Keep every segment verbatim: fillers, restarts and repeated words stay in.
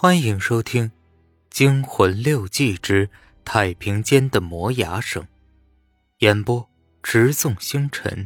欢迎收听《惊魂六记之太平间的磨牙声》，演播直纵星辰。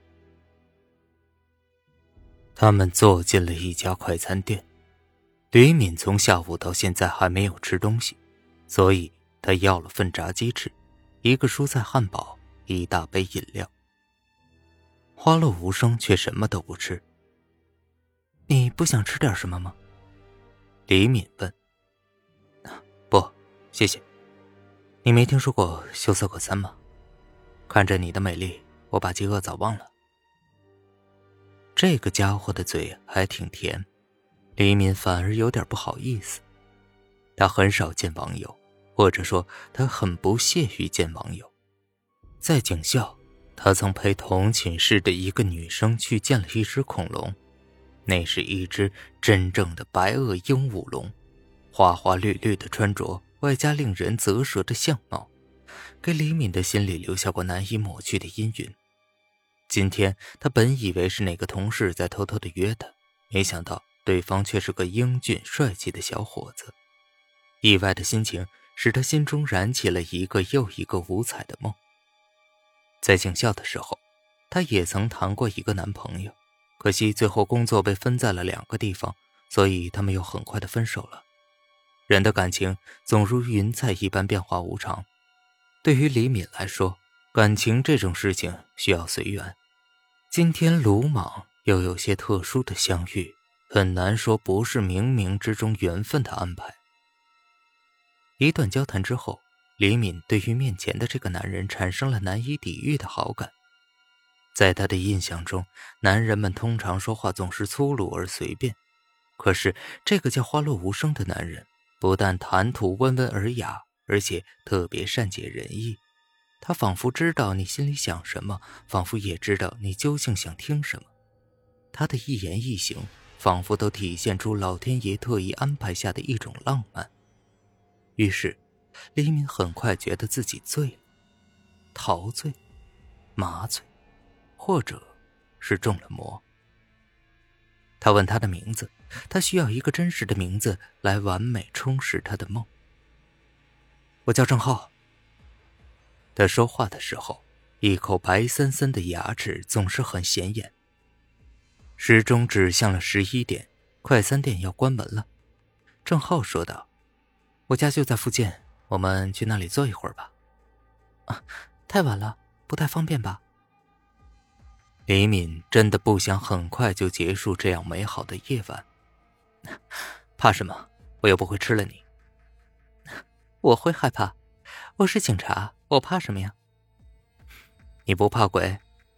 他们坐进了一家快餐店。李敏从下午到现在还没有吃东西，所以他要了份炸鸡翅，一个蔬菜汉堡，一大杯饮料。花落无声却什么都不吃。你不想吃点什么吗？李敏问。不，谢谢。你没听说过羞涩可餐吗？看着你的美丽，我把饥饿早忘了。这个家伙的嘴还挺甜，李敏反而有点不好意思。他很少见网友，或者说他很不屑于见网友。在警校，他曾陪同寝室的一个女生去见了一只恐龙，那是一只真正的白垩鹦鹉龙，花花绿绿的穿着，外加令人啧舌的相貌，给李敏的心里留下过难以抹去的阴云。今天他本以为是哪个同事在偷偷地约他，没想到对方却是个英俊帅气的小伙子。意外的心情使他心中燃起了一个又一个五彩的梦。在警校的时候，他也曾谈过一个男朋友，可惜最后工作被分在了两个地方，所以他们又很快的分手了。人的感情总如云彩一般变化无常，对于李敏来说，感情这种事情需要随缘。今天鲁莽又有些特殊的相遇，很难说不是冥冥之中缘分的安排。一段交谈之后，李敏对于面前的这个男人产生了难以抵御的好感。在他的印象中，男人们通常说话总是粗鲁而随便，可是这个叫花落无声的男人不但谈吐温文尔雅，而且特别善解人意。他仿佛知道你心里想什么，仿佛也知道你究竟想听什么。他的一言一行仿佛都体现出老天爷特意安排下的一种浪漫。于是李敏很快觉得自己醉了，陶醉，麻醉，或者是中了魔。他问他的名字，他需要一个真实的名字来完美充实他的梦。我叫郑浩。他说话的时候，一口白森森的牙齿总是很显眼。时钟指向了十一点，快餐店要关门了。郑浩说道：我家就在附近，我们去那里坐一会儿吧。啊，太晚了，不太方便吧？李敏真的不想很快就结束这样美好的夜晚。怕什么？我又不会吃了你。我会害怕，我是警察，我怕什么呀？你不怕鬼？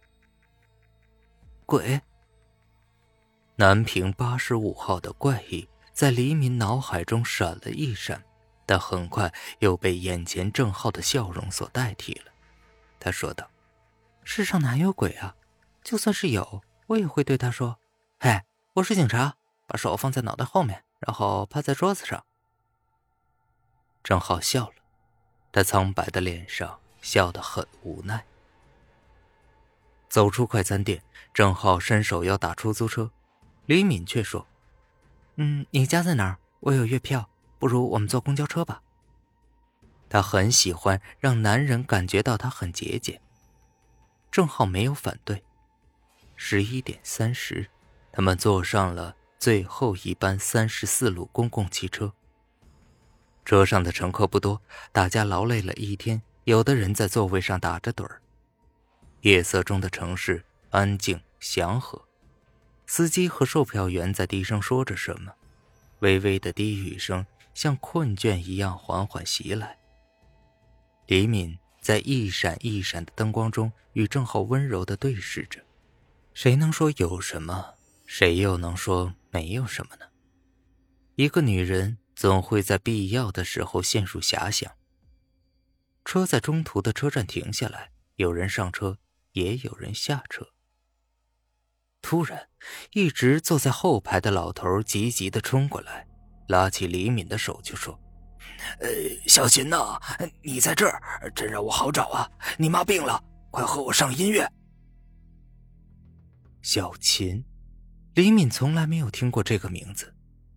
鬼？南平八十五号的怪异在黎明脑海中闪了一闪，但很快又被眼前郑浩的笑容所代替了。他说道：世上哪有鬼啊？就算是有，我也会对他说：嘿，我是警察，把手放在脑袋后面，然后趴在桌子上。郑浩笑了，他苍白的脸上笑得很无奈。走出快餐店，郑浩伸手要打出租车，李敏却说：嗯，你家在哪儿？我有月票，不如我们坐公交车吧。他很喜欢让男人感觉到他很节俭。郑浩没有反对。十一点三十，他们坐上了最后一班三十四路公共汽车。车上的乘客不多，大家劳累了一天，有的人在座位上打着盹儿。夜色中的城市安静祥和，司机和售票员在低声说着什么，微微的低语声像困倦一样缓缓袭来。李敏在一闪一闪的灯光中与郑浩温柔地对视着。谁能说有什么，谁又能说没有什么呢？一个女人总会在必要的时候陷入遐想。车在中途的车站停下来，有人上车，也有人下车。突然，一直坐在后排的老头急急地冲过来，拉起李敏的手就说：呃，小秦呐，你在这儿真让我好找啊，你妈病了，快和我上医院。小秦，李敏从来没有听过这个名字。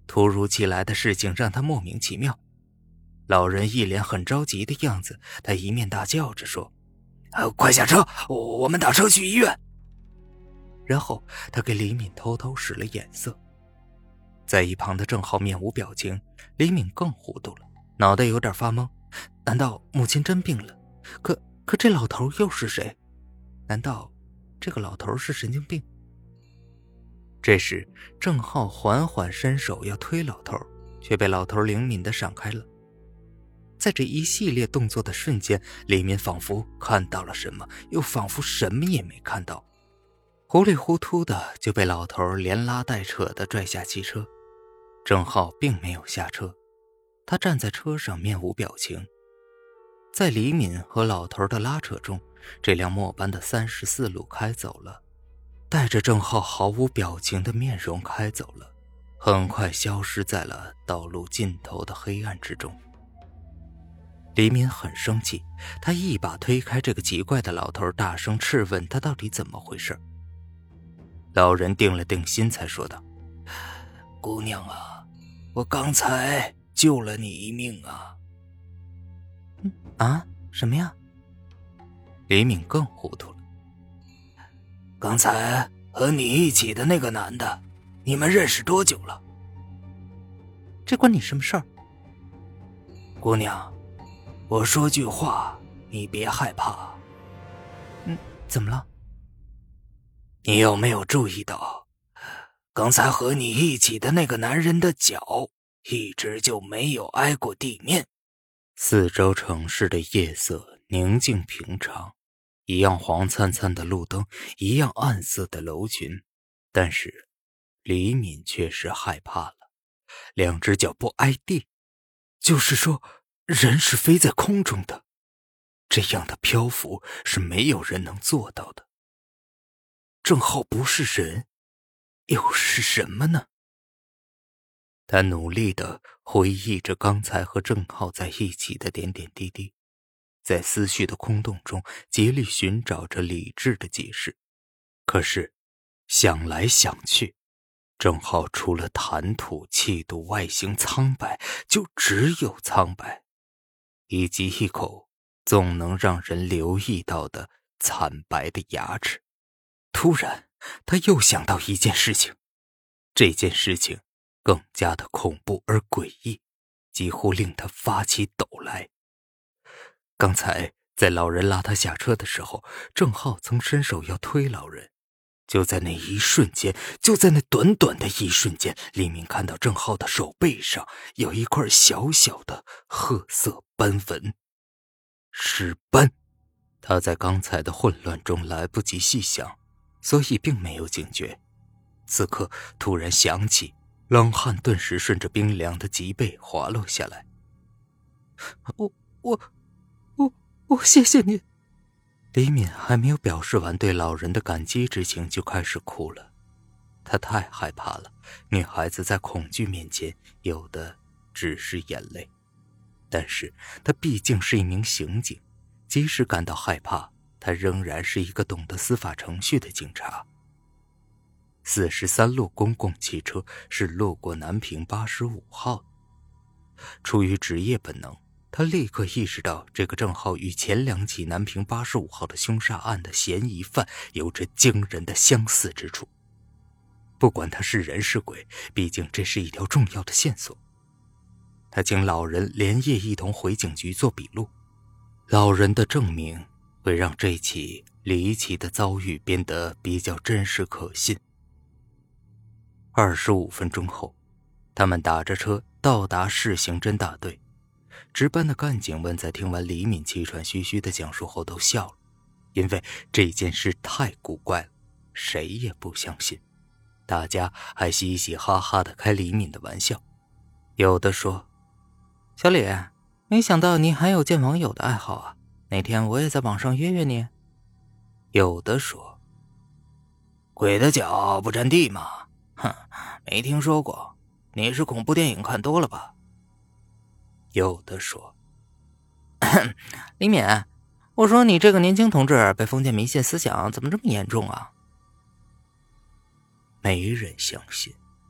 突如其来的事情让他莫名其妙。老人一脸很着急的样子，他一面大叫着说：呃、快下车，我们打车去医院。然后他给李敏偷偷使了眼色。在一旁的郑浩面无表情，李敏更糊涂了，脑袋有点发懵。难道母亲真病了？可可这老头又是谁？难道这个老头是神经病？这时郑浩缓缓伸手要推老头，却被老头灵敏地闪开了。在这一系列动作的瞬间，李敏仿佛看到了什么，又仿佛什么也没看到，糊里糊涂的就被老头连拉带扯地拽下汽车。郑浩并没有下车，他站在车上面无表情。在李敏和老头的拉扯中，这辆末班的三十四路开走了，带着郑浩毫无表情的面容开走了，很快消失在了道路尽头的黑暗之中。李敏很生气，他一把推开这个奇怪的老头，大声质问他到底怎么回事。老人定了定心才说道：姑娘啊，我刚才救了你一命啊。啊？什么呀？李敏更糊涂了。刚才和你一起的那个男的，你们认识多久了？这关你什么事儿？姑娘，我说句话，你别害怕。嗯，怎么了？你有没有注意到，刚才和你一起的那个男人的脚一直就没有挨过地面？四周城市的夜色宁静平常，一样黄灿灿的路灯，一样暗色的楼群，但是李敏却是害怕了。两只脚不挨地，就是说人是飞在空中的，这样的漂浮是没有人能做到的。郑浩不是人，又是什么呢？他努力地回忆着刚才和郑浩在一起的点点滴滴，在思绪的空洞中竭力寻找着理智的解释。可是想来想去，郑浩除了谈吐气度外形苍白，就只有苍白，以及一口总能让人留意到的惨白的牙齿。突然他又想到一件事情，这件事情更加的恐怖而诡异，几乎令他发起抖来。刚才在老人拉他下车的时候，郑浩曾伸手要推老人，就在那一瞬间，就在那短短的一瞬间，李敏看到郑浩的手背上有一块小小的褐色斑纹，尸斑。他在刚才的混乱中来不及细想，所以并没有警觉。此刻突然想起，冷汗顿时顺着冰凉的脊背滑落下来。我我我我谢谢你。李敏还没有表示完对老人的感激之情，就开始哭了。她太害怕了，女孩子在恐惧面前，有的只是眼泪。但是她毕竟是一名刑警，即使感到害怕，她仍然是一个懂得司法程序的警察。四十三路公共汽车是路过南平八十五号的。出于职业本能，他立刻意识到这个郑浩与前两起南平八十五号的凶杀案的嫌疑犯有着惊人的相似之处。不管他是人是鬼，毕竟这是一条重要的线索。他请老人连夜一同回警局做笔录，老人的证明会让这起离奇的遭遇变得比较真实可信。二十五分钟后，他们打着车到达市刑侦大队。值班的干警们在听完李敏气喘吁吁的讲述后都笑了，因为这件事太古怪了，谁也不相信。大家还嘻嘻哈哈地开李敏的玩笑，有的说：小李，没想到你还有见网友的爱好啊，哪天我也在网上约约你。有的说：鬼的脚不沾地嘛，哼，没听说过，你是恐怖电影看多了吧？有的说：李敏，我说你这个年轻同志被封建迷信思想怎么这么严重啊？没人相信。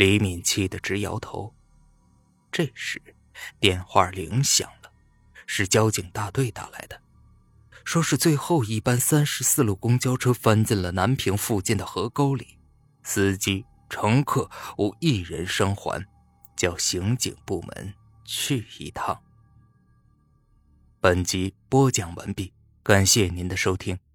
李敏气得直摇头。这时电话铃响了，是交警大队打来的，说是最后一班三十四路公交车翻进了南平附近的河沟里，司机乘客无一人生还，叫刑警部门去一趟。本集播讲完毕，感谢您的收听。